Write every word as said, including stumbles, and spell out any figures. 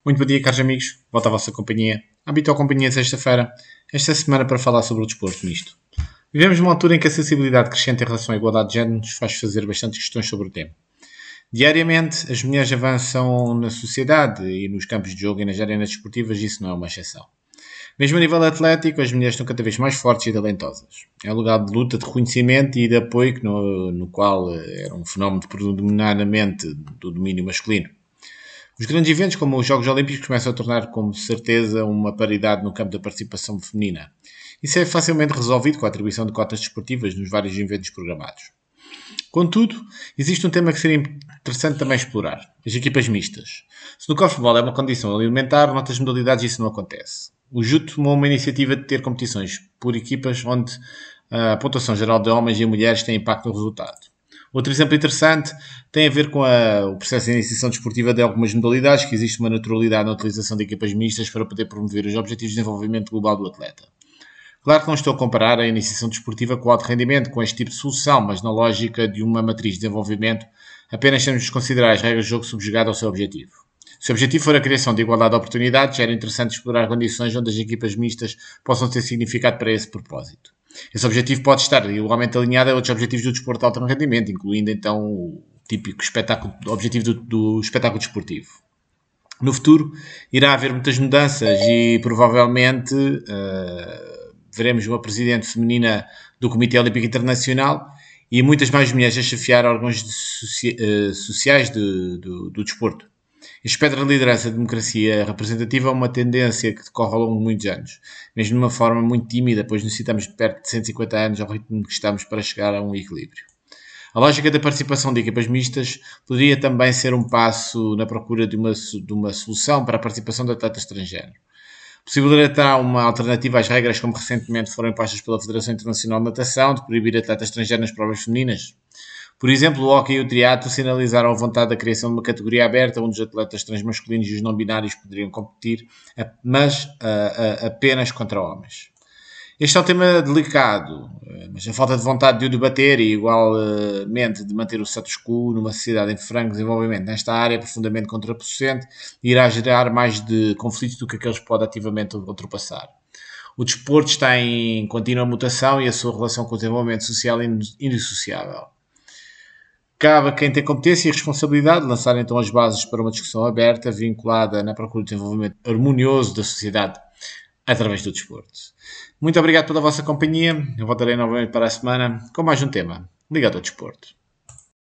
Muito bom dia, caros amigos. Volto à vossa companhia. A habitual companhia de sexta-feira. Esta semana para falar sobre o desporto misto. Vivemos numa altura em que a sensibilidade crescente em relação à igualdade de género nos faz fazer bastantes questões sobre o tema. Diariamente, as mulheres avançam na sociedade e nos campos de jogo e nas arenas desportivas, isso não é uma exceção. Mesmo a nível atlético, as mulheres estão cada vez mais fortes e talentosas. É um lugar de luta, de reconhecimento e de apoio no, no qual era um fenómeno predominantemente do domínio masculino. Os grandes eventos, como os Jogos Olímpicos, começam a tornar com certeza uma paridade no campo da participação feminina. Isso é facilmente resolvido com a atribuição de cotas desportivas nos vários eventos programados. Contudo, existe um tema que seria interessante também explorar: as equipas mistas. Se no futebol é uma condição alimentar, noutras modalidades isso não acontece. O Judo tomou uma iniciativa de ter competições por equipas onde a pontuação geral de homens e mulheres tem impacto no resultado. Outro exemplo interessante tem a ver com a, o processo de iniciação desportiva de algumas modalidades, que existe uma naturalidade na utilização de equipas mistas para poder promover os objetivos de desenvolvimento global do atleta. Claro que não estou a comparar a iniciação desportiva com o alto rendimento, com este tipo de solução, mas na lógica de uma matriz de desenvolvimento, apenas temos de considerar as regras de jogo subjugadas ao seu objetivo. Se o objetivo for a criação de igualdade de oportunidades, era interessante explorar condições onde as equipas mistas possam ter significado para esse propósito. Esse objetivo pode estar igualmente alinhado a outros objetivos do desporto de alto rendimento, incluindo então o típico espetáculo, objetivo do, do espetáculo desportivo. No futuro, irá haver muitas mudanças e provavelmente uh, veremos uma presidente feminina do Comitê Olímpico Internacional e muitas mais mulheres a chefiar órgãos de socia uh, sociais de, do, do desporto. Este espectro de liderança de democracia representativa é uma tendência que decorre ao longo de muitos anos, mesmo de uma forma muito tímida, pois necessitamos de perto de cento e cinquenta anos ao ritmo que estamos para chegar a um equilíbrio. A lógica da participação de equipas mistas poderia também ser um passo na procura de uma, de uma solução para a participação de atletas transgênero. Possibilitará uma alternativa às regras como recentemente foram impostas pela Federação Internacional de Natação de proibir atletas transgêneros nas provas femininas. Por exemplo, o hóquei e o triatlo sinalizaram a vontade da criação de uma categoria aberta onde os atletas transmasculinos e os não-binários poderiam competir, mas uh, uh, apenas contra homens. Este é um tema delicado, mas a falta de vontade de o debater e igualmente de manter o status quo numa sociedade em franco desenvolvimento nesta área é profundamente contraproducente e irá gerar mais de conflitos do que aqueles que pode ativamente ultrapassar. O desporto está em contínua mutação e a sua relação com o desenvolvimento social é indissociável. Cabe a quem tem competência e responsabilidade lançar então as bases para uma discussão aberta, vinculada na procura de desenvolvimento harmonioso da sociedade através do desporto. Muito obrigado pela vossa companhia. Eu voltarei novamente para a semana com mais um tema ligado ao desporto.